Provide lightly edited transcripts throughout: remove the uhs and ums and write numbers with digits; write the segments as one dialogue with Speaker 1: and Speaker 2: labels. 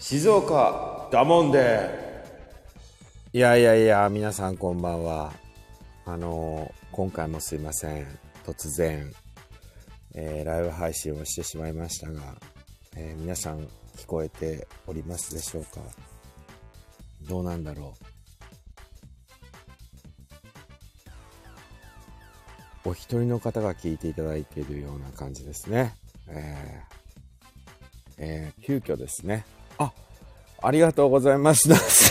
Speaker 1: 静岡だもんで。いやいやいや、皆さんこんばんは。今回もすいません、突然、ライブ配信をしてしまいましたが、皆さん聞こえておりますでしょうか。どうなんだろう。お一人の方が聞いていただいているような感じですね。急遽ですね。ありがとうございます。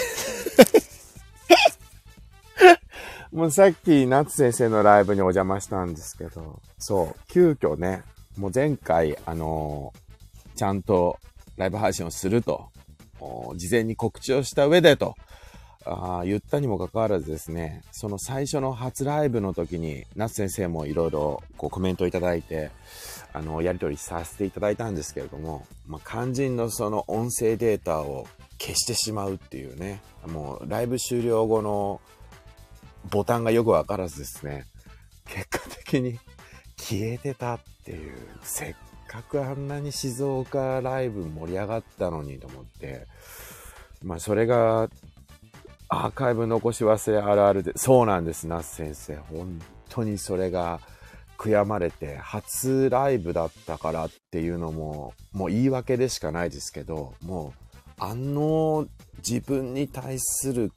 Speaker 1: もうさっき夏先生のライブにお邪魔したんですけど、そう、急遽ね、もう前回、ちゃんとライブ配信をすると、事前に告知をした上でと、言ったにもかかわらずですね、その最初の初ライブの時に、夏先生もいろいろコメントいただいて、やり取りさせていただいたんですけれども、肝心のその音声データを消してしまうっていうね、もうライブ終了後のボタンがよくわからずですね、結果的に消えてたっていう、せっかくあんなに静岡ライブ盛り上がったのにと思って、それがアーカイブ残し忘れあるあるで、そうなんです、那須先生。本当にそれが悔やまれて、初ライブだったからっていうのも、もう言い訳でしかないですけど、もう自分に対する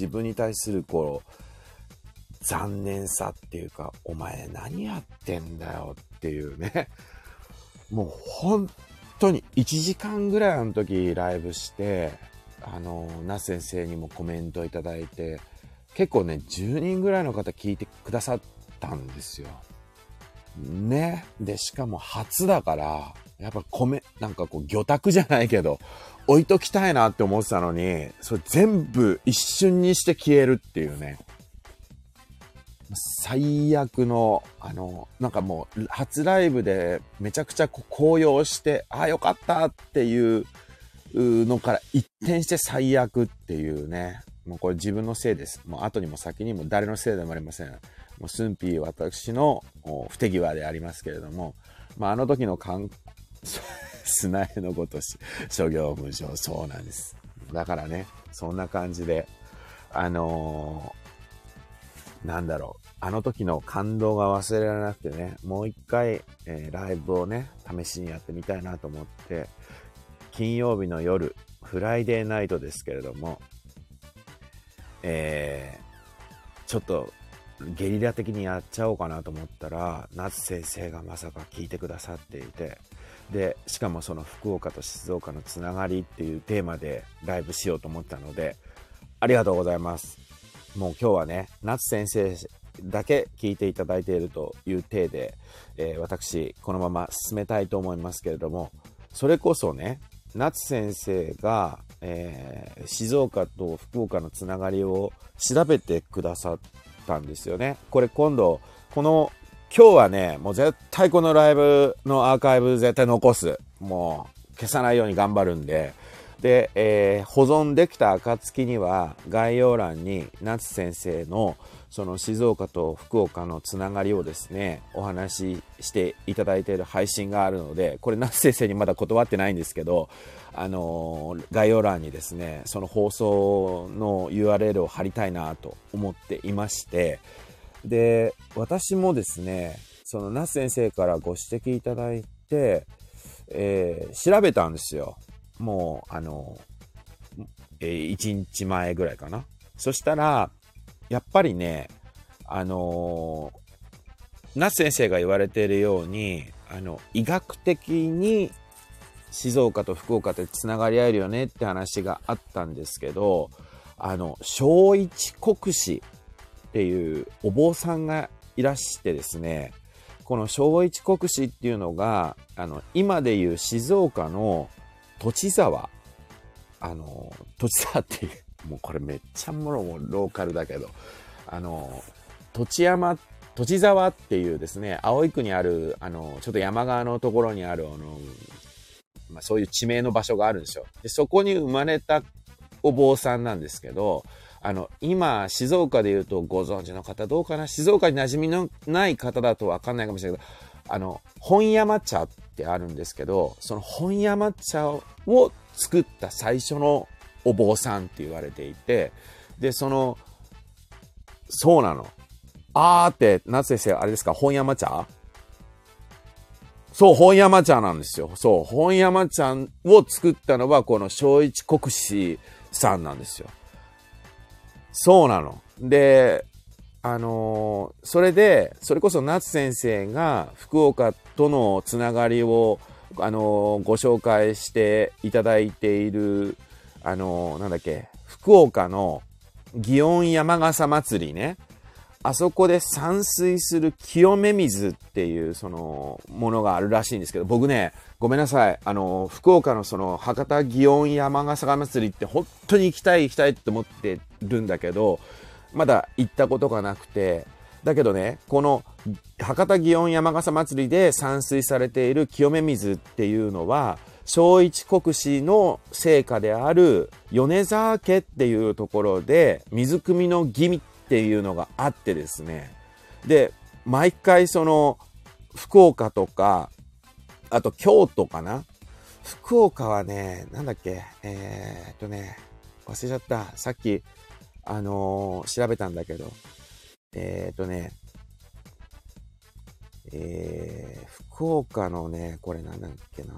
Speaker 1: 残念さっていうか、お前何やってんだよっていうね。もう本当に1時間ぐらいあの時ライブして、那先生にもコメントいただいて、結構ね、10人ぐらいの方聞いてくださったんですよ。ね。で、しかも初だから、やっぱなんか魚拓じゃないけど、置いときたいなって思ってたのに、それ全部一瞬にして消えるっていうね。最悪の、なんかもう、初ライブでめちゃくちゃ高揚して、よかったっていうのから一転して最悪っていうね。もうこれ自分のせいです。もう後にも先にも誰のせいでもありません。もうスンピー私の不手際でありますけれども、あの時の砂絵のごとし、諸行無常、そうなんです。だからね、そんな感じで、なんだろう、あの時の感動が忘れられなくてね、もう一回、ライブをね、試しにやってみたいなと思って、金曜日の夜、フライデーナイトですけれども、ちょっとゲリラ的にやっちゃおうかなと思ったら、夏先生がまさか聞いてくださっていて、で、しかもその福岡と静岡のつながりっていうテーマでライブしようと思ったので、ありがとうございます。もう今日はね、夏先生だけ聞いていただいているという体で、私、このまま進めたいと思いますけれども、それこそね、夏先生が、静岡と福岡のつながりを調べてくださったんですよね。これ今度、今日はね、もう絶対このライブのアーカイブ絶対残す。もう消さないように頑張るんで、で、保存できた暁には概要欄に夏先生のその静岡と福岡のつながりをですね、お話ししていただいている配信があるので、これ夏先生にまだ断ってないんですけど、概要欄にですね、その放送の URL を貼りたいなと思っていまして、で、私もですね、その夏先生からご指摘いただいて、調べたんですよ。もう、1日前ぐらいかな。そしたら、やっぱりね、夏先生が言われているように、医学的に静岡と福岡ってつながり合えるよねって話があったんですけど、正一国師っていうお坊さんがいらしてですね、この正一国師っていうのが、今でいう静岡の土地沢っていう、もうこれめっちゃもうローカルだけど、土地沢っていうですね、青井区にある、ちょっと山側のところにある、そういう地名の場所があるんですよ。で、そこに生まれたお坊さんなんですけど、今、静岡で言うとご存知の方どうかな、静岡に馴染みのない方だとわかんないかもしれないけど、本山茶ってあるんですけど、その本山茶を作った最初のお坊さんって言われていて、で、そうなの。って、夏先生、あれですか、本山茶？そう、本山茶なんですよ。そう、本山茶を作ったのは、この正一国師さんなんですよ。そうなの。で、それで、それこそ夏先生が福岡とのつながりを、ご紹介していただいている、なんだっけ、福岡の祇園山笠祭りね。あそこで散水する清め水っていうものがあるらしいんですけど、僕ね、ごめんなさい。福岡の博多祇園山笠祭りって本当に行きたいって思ってるんだけど、まだ行ったことがなくて、だけどね、この博多祇園山笠祭りで散水されている清め水っていうのは、正一国師の生家である米沢家っていうところで水汲みの儀っていうのがあってですね。で、毎回福岡とか、あと京都かな。福岡はね、なんだっけ、忘れちゃった。さっき、調べたんだけど、福岡のね、これなんだっけな。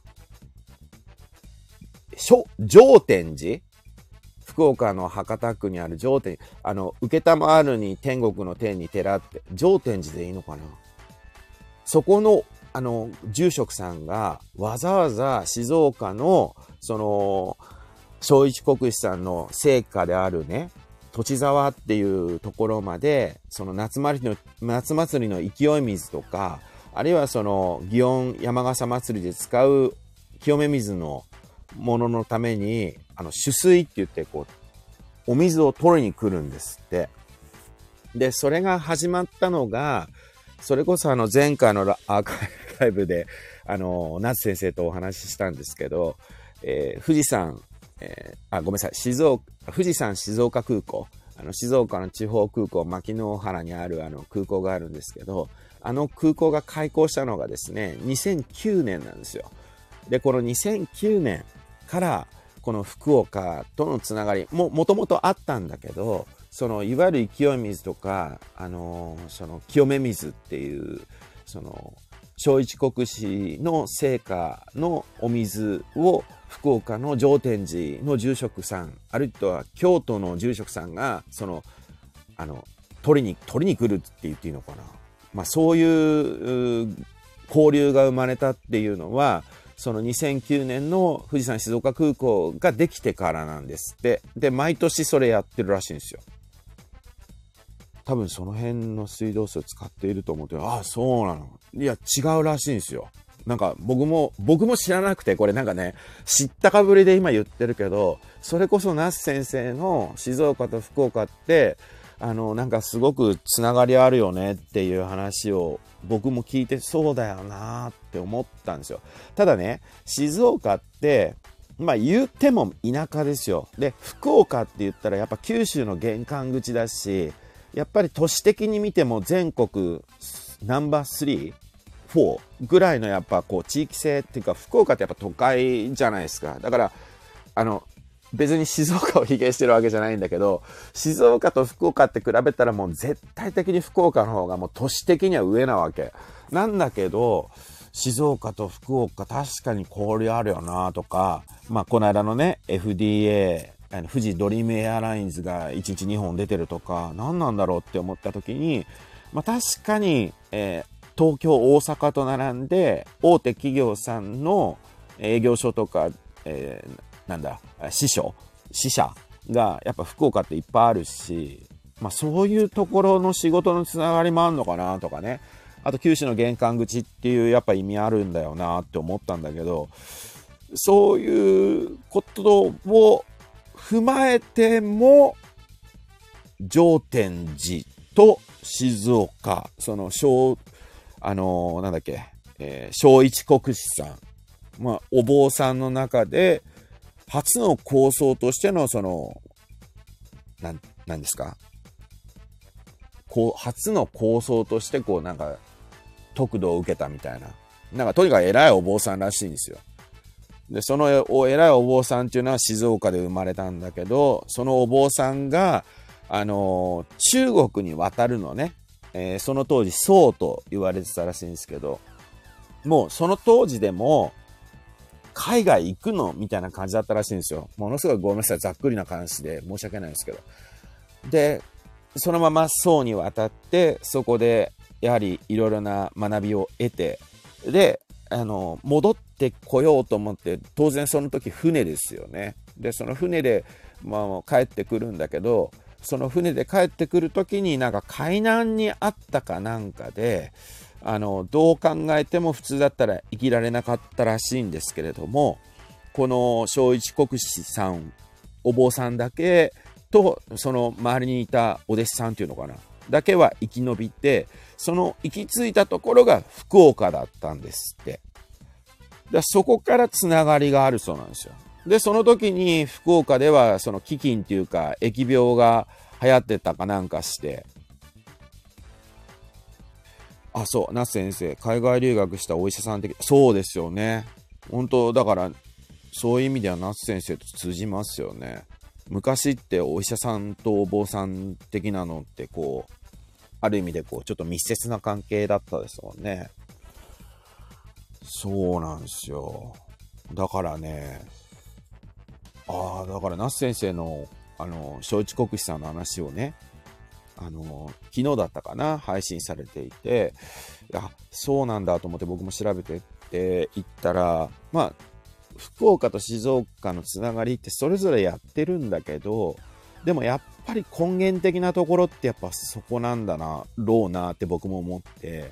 Speaker 1: 上天寺？福岡の博多区にある上天、承るに天国の天に寺って、上天寺でいいのかな？そこの、住職さんがわざわざ静岡の、正一国師さんの生家であるね、土地沢っていうところまで、夏祭りの勢い水とか、あるいは祇園山笠祭りで使う清め水のもののために、取水って言って、お水を取りに来るんですって。で、それが始まったのが、それこそ前回のアーカイブで、夏先生とお話ししたんですけど、富士山、ごめんなさい、富士山静岡空港、静岡の地方空港、牧之原にある空港があるんですけど、空港が開港したのがですね、2009年なんですよ。で、この2009年から、この福岡とのつながりもともとあったんだけど、いわゆる勢い水とか、清め水っていう、正一国師の生家のお水を福岡の上天寺の住職さん、あるいは京都の住職さんが、取りに来るって言っていいのかな。まあそういう交流が生まれたっていうのは、その2009年の富士山静岡空港ができてからなんですって。で、毎年それやってるらしいんですよ。多分その辺の水道水を使っていると思って、そうなの。いや、違うらしいんですよ。なんか僕も知らなくて、これなんかね、知ったかぶりで今言ってるけど、それこそ那須先生の静岡と福岡って、なんかすごくつながりあるよねっていう話を僕も聞いて、そうだよなって思ったんですよ。ただね、静岡って、まあ言っても田舎ですよ。で、福岡って言ったらやっぱ九州の玄関口だし、やっぱり都市的に見ても全国ナンバー3、4ぐらいのやっぱ地域性っていうか、福岡ってやっぱ都会じゃないですか。だから別に静岡を卑下してるわけじゃないんだけど、静岡と福岡って比べたらもう絶対的に福岡の方がもう都市的には上なわけなんだけど、静岡と福岡確かに交流あるよなとか、まあこの間のね FDA、富士ドリームエアラインズが1日2本出てるとか、何なんだろうって思った時に、まあ確かに、東京大阪と並んで大手企業さんの営業所とか、支社がやっぱ福岡っていっぱいあるし、まあそういうところの仕事のつながりもあるのかなとかね。あと九州の玄関口っていうやっぱ意味あるんだよなって思ったんだけど、そういうことを踏まえても上天寺と静岡、正一国師さん、まあお坊さんの中で初の構想としてのなんですか、初の構想としてなんか得度を受けたみたいな、なんかとにかく偉いお坊さんらしいんですよ。 で、その偉いお坊さんっていうのは静岡で生まれたんだけど、そのお坊さんが、中国に渡るのね。その当時、宋と言われてたらしいんですけど、もうその当時でも、海外行くのみたいな感じだったらしいんですよ。ものすごいごめんなさい、ざっくりな話で申し訳ないんですけど。で、そのまま宋に渡って、そこで、やはりいろいろな学びを得て、で、戻ってこようと思って、当然その時船ですよね。で、その船で、帰ってくるんだけど、その船で帰ってくる時になんか海難にあったかなんかで、どう考えても普通だったら生きられなかったらしいんですけれども、この正一国師さん、お坊さんだけと、その周りにいたお弟子さんっていうのかな、だけは生き延びて、その行き着いたところが福岡だったんですって。そこからつながりがあるそうなんですよ。で、その時に福岡ではその飢饉っていうか疫病が流行ってたかなんかして、あ、そう、那須先生、海外留学したお医者さん的、そうですよね。本当だから、そういう意味では那須先生と通じますよね。昔ってお医者さんとお坊さん的なのってこう、ある意味でこう、ちょっと密接な関係だったですもんね。そうなんですよ。だからね、だから那須先生の、正一国師さんの話をね、昨日だったかな、配信されていて、そうなんだと思って僕も調べてっていったら、福岡と静岡のつながりってそれぞれやってるんだけど、でもやっぱり根源的なところってやっぱそこなんだな、ろうなって僕も思って、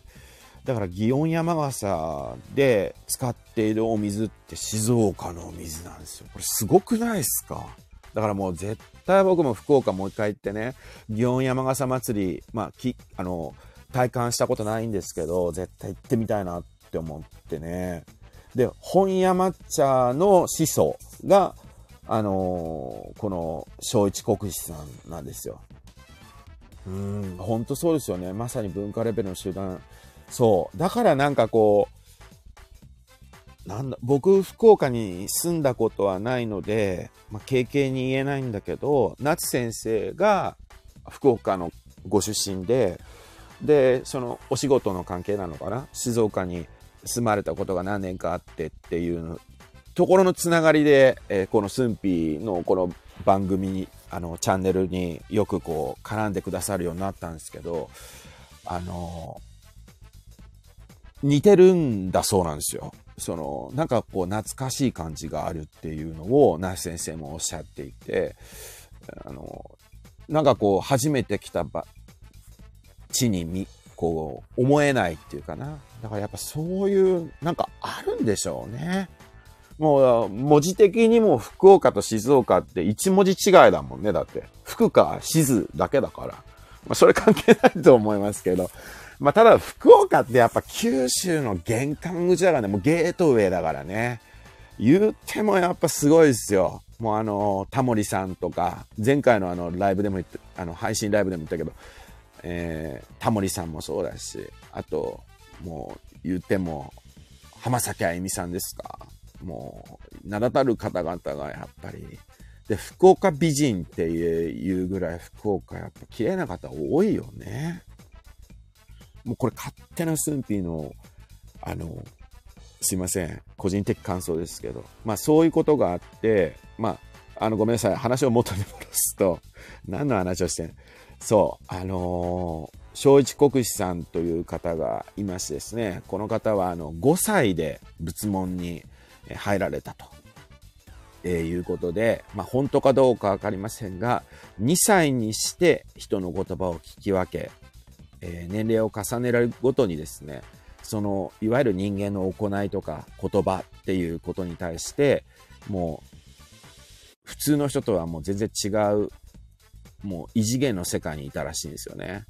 Speaker 1: だから祇園山笠で使っているお水って静岡のお水なんですよ。これすごくないですか？だからもう絶対僕も福岡もう一回行ってね、祇園山笠祭り、体感したことないんですけど、絶対行ってみたいなって思ってね。で、本山茶の始祖が、この正一国師さんなんですよ。本当そうですよね。まさに文化レベルの集団。そう。だからなんかこう、僕、福岡に住んだことはないので、軽々に言えないんだけど、夏先生が福岡のご出身で、そのお仕事の関係なのかな、静岡に住まれたことが何年かあってっていうところのつながりで、このスンピーのこの番組に、チャンネルによくこう絡んでくださるようになったんですけど、似てるんだそうなんですよ。なんかこう懐かしい感じがあるっていうのを那須先生もおっしゃっていて、なんかこう初めて来た地にこう思えないっていうかな。だからやっぱそういうなんかあるんでしょうね。もう文字的にも福岡と静岡って一文字違いだもんね。だって福か静だけだから、それ関係ないと思いますけど、ただ福岡ってやっぱ九州の玄関口だからね、もうゲートウェイだからね。言ってもやっぱすごいですよ。もうタモリさんとか、前回のライブでも言って、配信ライブでも言ったけど、タモリさんもそうだし、あと、もう言っても、浜崎あゆみさんですか。もう、名だたる方々がやっぱり、で、福岡美人っていうぐらい福岡やっぱ綺麗な方多いよね。もうこれ勝手なスンピーの、すいません、個人的感想ですけど、そういうことがあって、ごめんなさい、話を元に戻すと、何の話をしてん？そう、正一国師さんという方がいましてですね、この方は5歳で仏門に入られたと、いうことで、本当かどうかわかりませんが、2歳にして人の言葉を聞き分け、年齢を重ねるごとにですね、いわゆる人間の行いとか言葉っていうことに対して、もう普通の人とはもう全然違う、もう異次元の世界にいたらしいんですよね。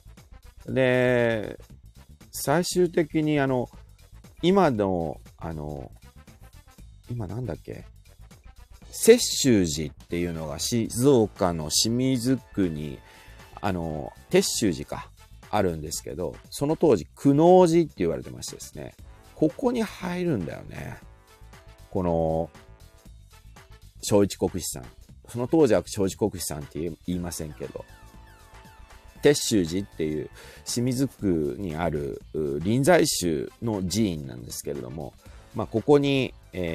Speaker 1: で、最終的に今の今なんだっけ、雪舟寺っていうのが静岡の清水区に鉄舟寺かあるんですけど、その当時久能寺って言われてましてですね、ここに入るんだよね。 この、正一国師さん。その当時は正一国師さんって言いませんけど、鉄舟寺っていう清水区にある臨済宗の寺院なんですけれども、ここに、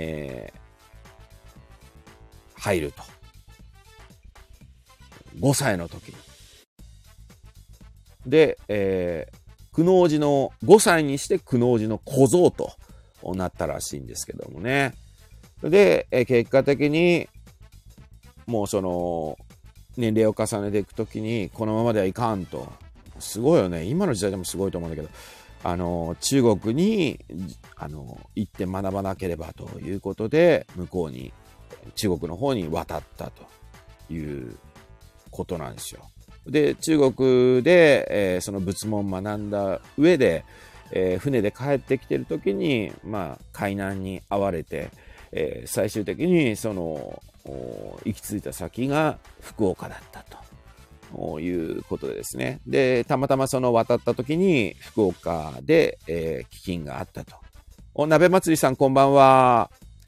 Speaker 1: 入ると。5歳の時に。で、久能寺の、5歳にして久能寺の小僧となったらしいんですけどもね。で、結果的に、もうその、年齢を重ねていくときに、このままではいかんと。すごいよね。今の時代でもすごいと思うんだけど、中国に、行って学ばなければということで、向こうに、中国の方に渡ったということなんですよ。で、中国で、その仏門を学んだ上で、船で帰ってきてるときに、海難に遭われて、最終的にその行き着いた先が福岡だったということでですね。で、たまたまその渡った時に福岡で、飢饉があったと。鍋祭りさんこんばんは。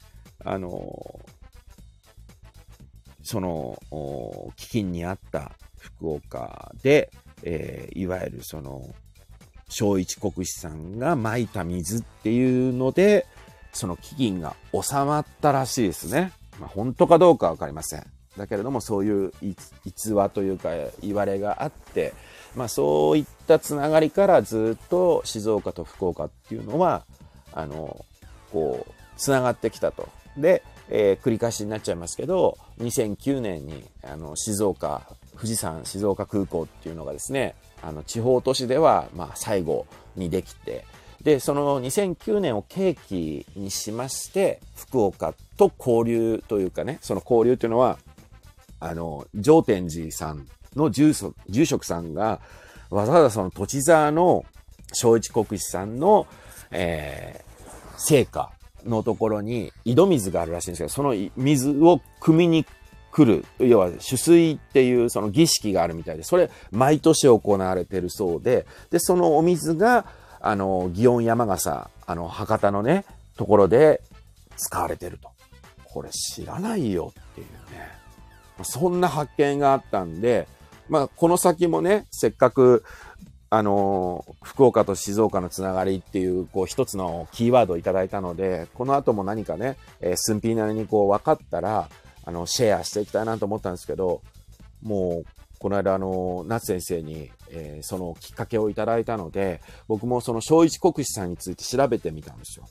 Speaker 1: その飢饉にあった福岡で、いわゆるその正一国師さんが撒いた水っていうので、その飢饉が収まったらしいですね。本当かどうかわかりません。だけれども、そういう逸話というか言われがあって、そういったつながりからずっと静岡と福岡っていうのは、こう、つながってきたと。で、繰り返しになっちゃいますけど、2009年に、富士山静岡空港っていうのがですね、地方都市では、最後にできて、で、その2009年を契機にしまして、福岡と交流というかね、その交流というのは、上天寺さんの住職さんが、わざわざその土地座の正一国師さんの、生家のところに井戸水があるらしいんですけど、その水を汲みに来る、要は取水っていうその儀式があるみたいで、それ毎年行われているそうで、で、そのお水が、祇園山笠、博多のね、ところで使われてると。これ知らないよっていうね。そんな発見があったんで、この先もね、せっかく、福岡と静岡のつながりっていう、一つのキーワードをいただいたので、この後も何かね、寸ピーなりに分かったら、シェアしていきたいなと思ったんですけど、もう、この間夏先生に、そのきっかけをいただいたので、僕もその正一国師さんについて調べてみたんですよ。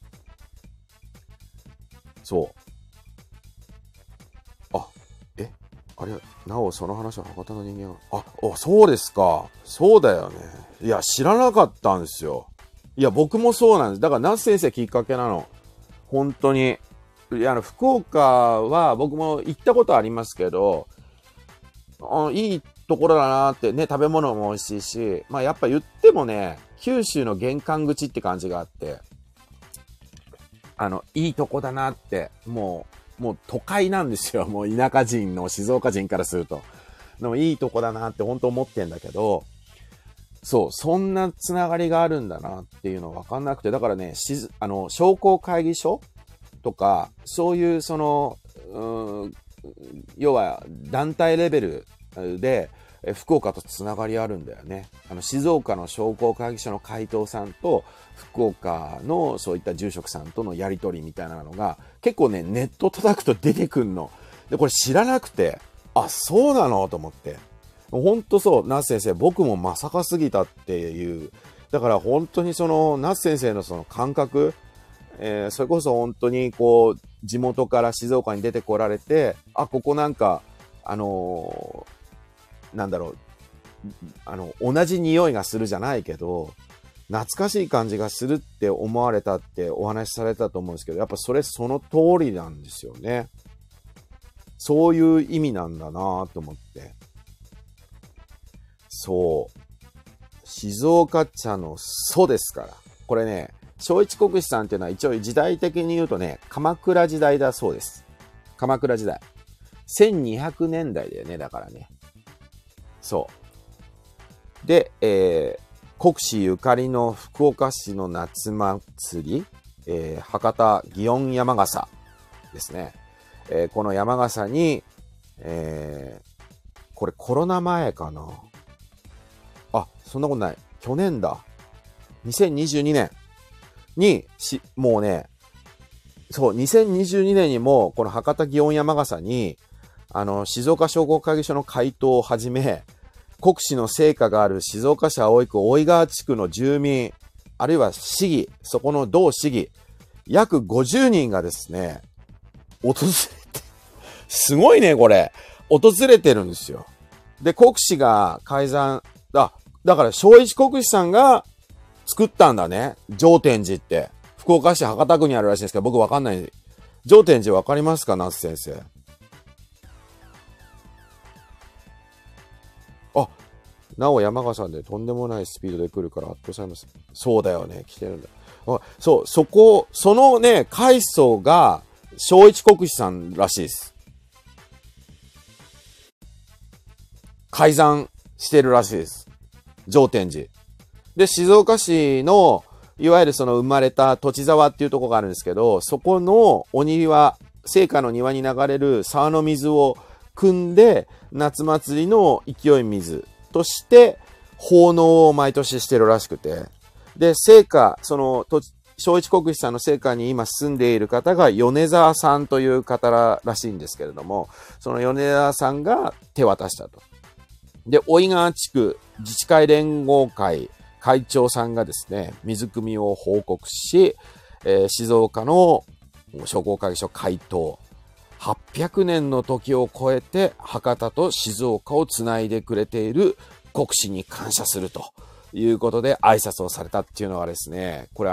Speaker 1: そう。あれ、なおその話は博多の人間は、そうですか。そうだよね。いや、知らなかったんですよ。いや、僕もそうなんです。だから夏先生きっかけなの。本当に。いや、福岡は僕も行ったことありますけど、いいところだなってね、食べ物も美味しいし、やっぱ言ってもね、九州の玄関口って感じがあって、いいとこだなって、もう都会なんですよ。もう田舎人の静岡人からすると。でもいいとこだなって本当思ってんだけど、そう、そんなつながりがあるんだなっていうの分かんなくて、だからね、商工会議所とか、そういうその、要は団体レベルで福岡とつながりあるんだよね。静岡の商工会議所の会頭さんと福岡のそういった住職さんとのやり取りみたいなのが結構ね、ネット叩くと出てくんの。で、これ知らなくて、そうなのと思って。ほんとそう、夏先生、僕もまさかすぎたっていう。だから本当にその夏先生のその感覚、それこそ本当に地元から静岡に出てこられて、ここなんか、なんだろう、同じ匂いがするじゃないけど、懐かしい感じがするって思われたってお話しされたと思うんですけど、やっぱその通りなんですよね。そういう意味なんだなと思って。そう。静岡茶の祖ですから。これね、正一国師さんっていうのは一応時代的に言うとね、鎌倉時代だそうです。鎌倉時代。1200年代だよね、だからね。そう。で、国司ゆかりの福岡市の夏祭り博多祇園山笠ですね。この山笠に、これコロナ前かな。あ、そんなことない。去年だ。2022年に、もうね、そう、2022年にも、この博多祇園山笠に、静岡商工会議所の会頭をはじめ、国司の成果がある静岡市葵区大井川地区の住民、あるいは市議、そこの同市議、約50人がですね、訪れて、すごいね、これ。訪れてるんですよ。で、国司が改ざん、だから正一国司さんが作ったんだね。上天寺って。福岡市博多区にあるらしいんですけど、僕わかんない。上天寺わかりますか、夏先生。あ、なお山笠でとんでもないスピードで来るから圧倒されます。そうだよね、来てるんだ。そう、そのね、階層が正一国司さんらしいです。改ざんしてるらしいです。上天寺。で、静岡市の、いわゆるその生まれた土地沢っていうところがあるんですけど、そこのお庭、聖火の庭に流れる沢の水を汲んで、夏祭りの勢い水として、奉納を毎年してるらしくて。で、聖火、その、正一国司さんの聖火に今住んでいる方が米沢さんという方らしいんですけれども、その米沢さんが手渡したと。で、大井川地区自治会連合会会長さんがですね、水汲みを報告し、静岡の商工会議所会頭、800年の時を超えて博多と静岡をつないでくれている国司に感謝するということで挨拶をされたっていうのがですね、これ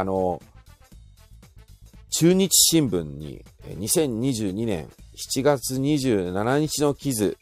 Speaker 1: 中日新聞に2022年7月27日の記事、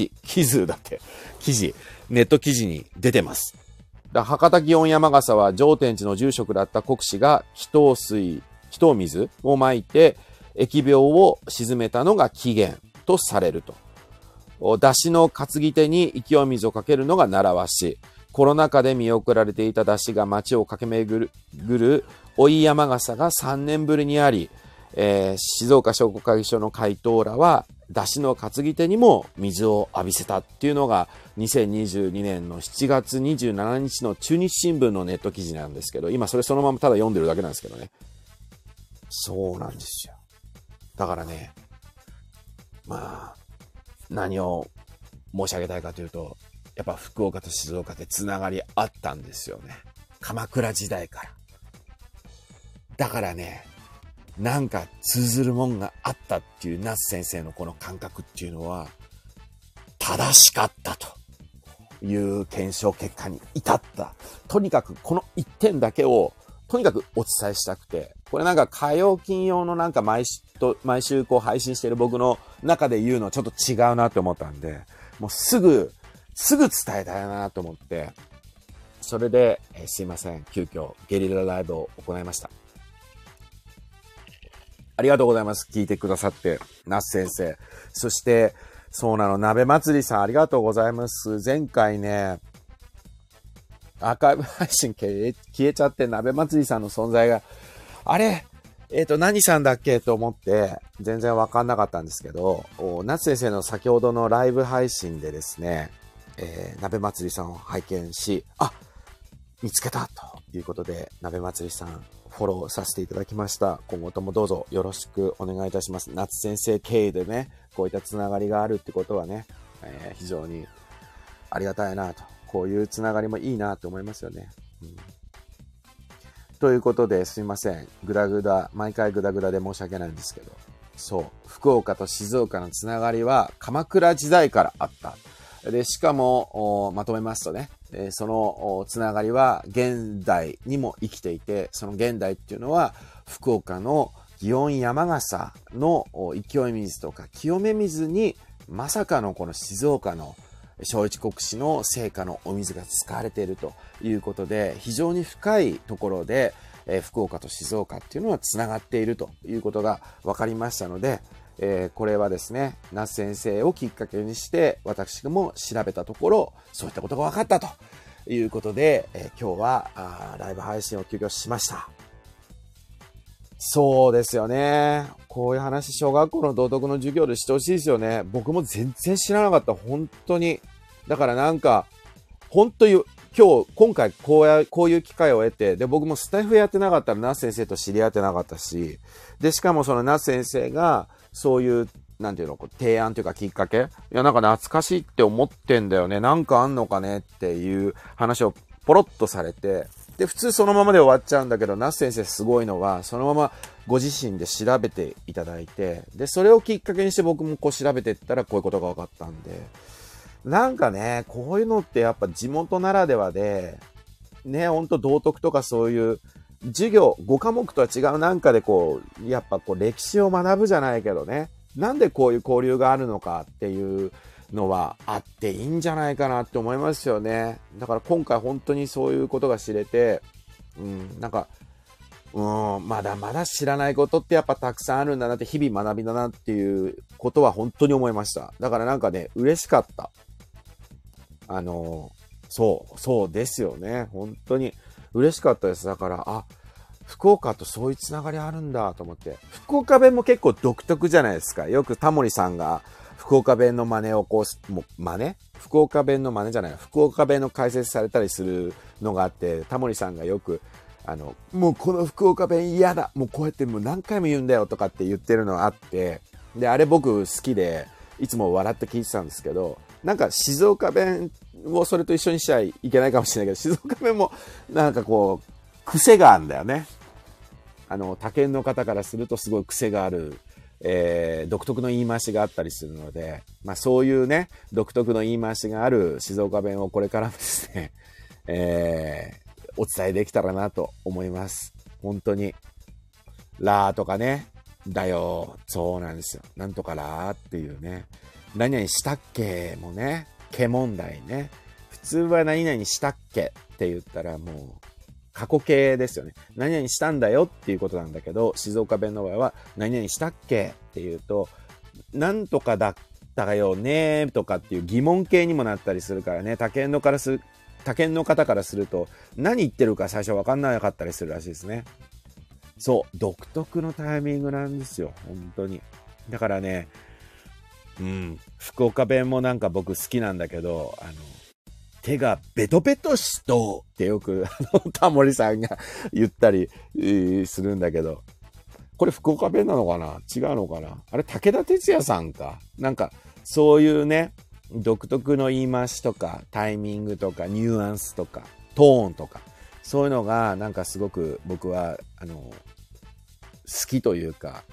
Speaker 1: ネット記事に出てます。博多祇園山笠は上天寺の住職だった国司が人水をまいて疫病を鎮めたのが起源とされると。出汁の担ぎ手に勢い水をかけるのが習わし、コロナ禍で見送られていた出汁が街を駆け巡る追い山笠が3年ぶりにあり、静岡商工会議所の会頭らは出汁の担ぎ手にも水を浴びせたっていうのが2022年の7月27日の中日新聞のネット記事なんですけど、今それそのままただ読んでるだけなんですけどね。そうなんですよ。だからね、まあ、何を申し上げたいかというと、やっぱ福岡と静岡ってつながりあったんですよね。鎌倉時代から。だからね、なんか通ずるもんがあったっていう那須先生のこの感覚っていうのは正しかったという検証結果に至った。とにかくこの一点だけをとにかくお伝えしたくて、これなんか火曜金曜のなんか毎週こう配信してる僕の中で言うのはちょっと違うなって思ったんで、もうすぐ伝えたいなと思って、それで、すいません、急遽ゲリラライブを行いました。ありがとうございます。聞いてくださって、那須先生。そして、そうなの、鍋祭りさんありがとうございます。前回ね、アーカイブ配信消えちゃって、鍋祭りさんの存在が、あれ何さんだっけと思って、全然わかんなかったんですけど、那須先生の先ほどのライブ配信でですね、鍋祭りさんを拝見し、見つけたということで、鍋祭りさん、フォローさせていただきました。今後ともどうぞよろしくお願いいたします。夏先生経由でね、こういったつながりがあるってことはね、非常にありがたいなと。こういうつながりもいいなと思いますよね。ということで、すいません。毎回グダグダで申し訳ないんですけど、そう、福岡と静岡のつながりは鎌倉時代からあった。で、しかも、まとめますとね、そのつながりは現代にも生きていて、その現代っていうのは福岡の祇園山笠の勢い水とか清め水にまさかのこの静岡の正一国司の聖火のお水が使われているということで、非常に深いところで、福岡と静岡っていうのはつながっているということが分かりましたので、これはですね、那須先生をきっかけにして私も調べたところ、そういったことが分かったということで、今日はライブ配信を急遽しました。 そうですよね。こういう話、小学校の道徳の授業でしてほしいですよね。僕も全然知らなかった。本当に。だからなんか、本当に、今回こういう機会を得て、で、僕もスタイフやってなかったら、ナス先生と知り合ってなかったし、で、しかもそのナス先生が、そういう、なんていうの、提案というかきっかけ、いや、なんか懐かしいって思ってんだよね。なんかあんのかねっていう話をポロッとされて、で、普通そのままで終わっちゃうんだけど、ナス先生すごいのは、そのままご自身で調べていただいて、で、それをきっかけにして僕もこう調べていったらこういうことが分かったんで、なんかね、こういうのってやっぱ地元ならではで、ね、ほんと道徳とかそういう授業、5科目とは違うなんかでこう、やっぱこう歴史を学ぶじゃないけどね、なんでこういう交流があるのかっていうのはあっていいんじゃないかなって思いますよね。だから今回本当にそういうことが知れて、なんか、まだまだ知らないことってやっぱたくさんあるんだなって、日々学びだなっていうことは本当に思いました。だからなんかね、嬉しかった。そうですよね。本当に嬉しかったです。だから、福岡とそういうつながりあるんだと思って。福岡弁も結構独特じゃないですか。よくタモリさんが福岡弁の真似を福岡弁の真似じゃない。福岡弁の解説されたりするのがあって、タモリさんがよく、もうこの福岡弁嫌だ。もうこうやってもう何回も言うんだよとかって言ってるのがあって、で、あれ僕好きで、いつも笑って聞いてたんですけど、なんか静岡弁をそれと一緒にしちゃいけないかもしれないけど、静岡弁もなんかこう、癖があるんだよね。他県の方からするとすごい癖がある、独特の言い回しがあったりするので、まあそういうね、独特の言い回しがある静岡弁をこれからもですね、お伝えできたらなと思います。本当に。ラーとかね、だよ、そうなんですよ。なんとかラーっていうね。何々したっけもね、け問題ね。普通は何々したっけって言ったらもう過去形ですよね。何々したんだよっていうことなんだけど、静岡弁の場合は何々したっけって言うと、なんとかだったよねとかっていう疑問形にもなったりするからね、他県の方からすると何言ってるか最初分かんなかったりするらしいですね。そう、独特のタイミングなんですよ、本当に。だからね、福岡弁もなんか僕好きなんだけど、手がベトベトしとってよくタモリさんが言ったりするんだけど、これ福岡弁なのかな、違うのかな、あれ武田鉄矢さんかなんかそういうね、独特の言い回しとかタイミングとかニュアンスとかトーンとか、そういうのがなんかすごく僕は好きというか、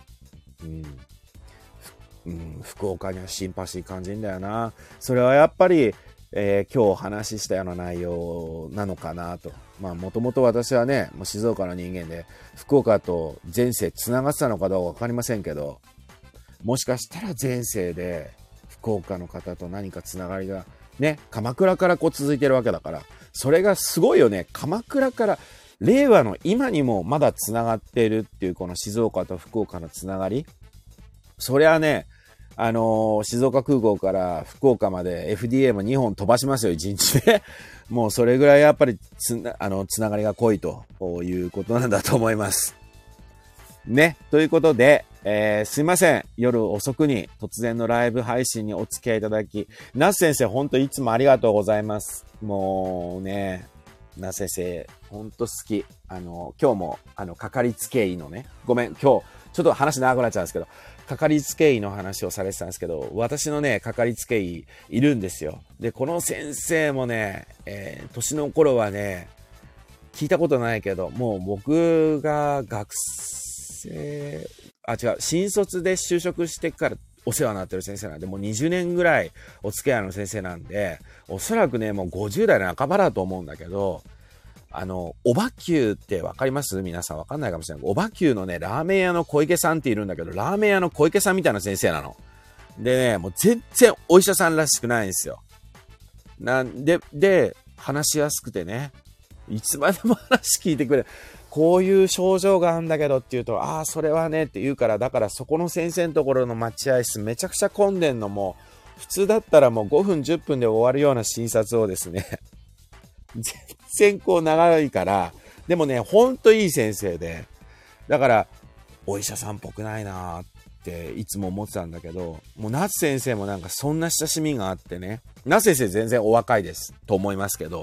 Speaker 1: 福岡にはシンパシー感じんだよな。それはやっぱり、今日話したような内容なのかなと。まあもともと私はね、もう静岡の人間で福岡と前世つながってたのかどうか分かりませんけど、もしかしたら前世で福岡の方と何かつながりがね、鎌倉からこう続いてるわけだから、それがすごいよね。鎌倉から令和の今にもまだつながっているっていうこの静岡と福岡のつながり、そりゃね、静岡空港から福岡まで FDA も2本飛ばしますよ、1日で。もうそれぐらいやっぱりつながりが濃いということなんだと思います。ね。ということで、すいません。夜遅くに突然のライブ配信にお付き合いいただき、那須先生ほんといつもありがとうございます。もうね、那須先生ほんと好き。今日もかかりつけ医のね、ごめん、今日ちょっと話長くなっちゃうんですけど、かかりつけ医の話をされてたんですけど、私のね、かかりつけ医いるんですよ。で、この先生もね、年の頃はね、聞いたことないけど、もう僕が新卒で就職してからお世話になってる先生なんで、もう20年ぐらいお付き合いの先生なんで、おそらくね、もう50代の半ばだと思うんだけど、おばきゅうってわかります？皆さんわかんないかもしれない。おばきゅうのね、ラーメン屋の小池さんっているんだけど、ラーメン屋の小池さんみたいな先生なの。でね、もう全然お医者さんらしくないんですよ。で、話しやすくてね、いつまでも話聞いてくれる。こういう症状があるんだけどって言うと、ああ、それはねって言うから、だからそこの先生のところの待合室めちゃくちゃ混んでんのも、普通だったらもう5分10分で終わるような診察をですね、全然こう長いから、でもね、ほんといい先生で、だから、 お医者さんっぽくないなっていつも思ってたんだけど、もう夏先生もなんかそんな親しみがあってね、夏先生全然お若いですと思いますけど、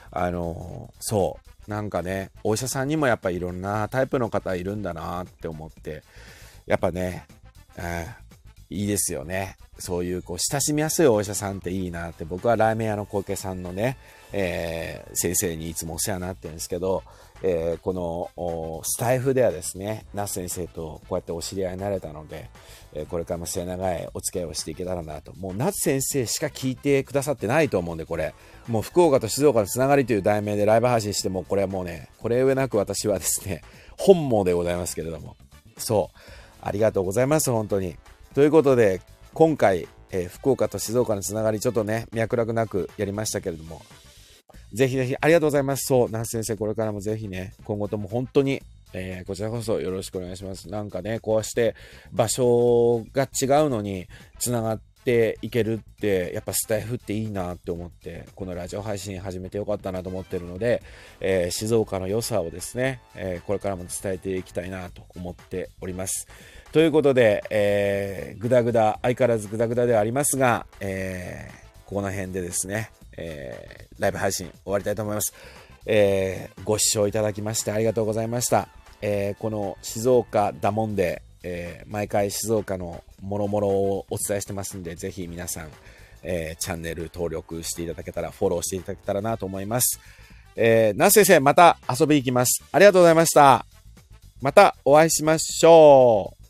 Speaker 1: そうなんかね、お医者さんにもやっぱいろんなタイプの方いるんだなって思って、やっぱね、いいですよね。そういうこう親しみやすいお医者さんっていいなって、僕はラーメン屋の小池さんのね、先生にいつもお世話になってるんですけど、このスタイフではですね、那須先生とこうやってお知り合いになれたので、これからも末長いお付き合いをしていけたらなと。もう那須先生しか聞いてくださってないと思うんで、これもう福岡と静岡のつながりという題名でライブ配信しても、これはもうね、これ上なく私はですね、本望でございますけれども、そうありがとうございます本当に。ということで今回、福岡と静岡のつながりちょっとね脈絡なくやりましたけれども、ぜひぜひありがとうございます。そう那須先生、これからもぜひね今後とも本当に、こちらこそよろしくお願いします。なんかねこうして場所が違うのにつながっていけるってやっぱスタイフっていいなって思って、このラジオ配信始めてよかったなと思ってるので、静岡の良さをですね、これからも伝えていきたいなと思っております。ということで、グダグダ相変わらずグダグダではありますが、この辺でですね、ライブ配信終わりたいと思います。ご視聴いただきましてありがとうございました。この静岡だもんで、毎回静岡のもろもろをお伝えしてますんで、ぜひ皆さん、チャンネル登録していただけたら、フォローしていただけたらなと思います。那須先生、また遊び行きます。ありがとうございました。またお会いしましょう。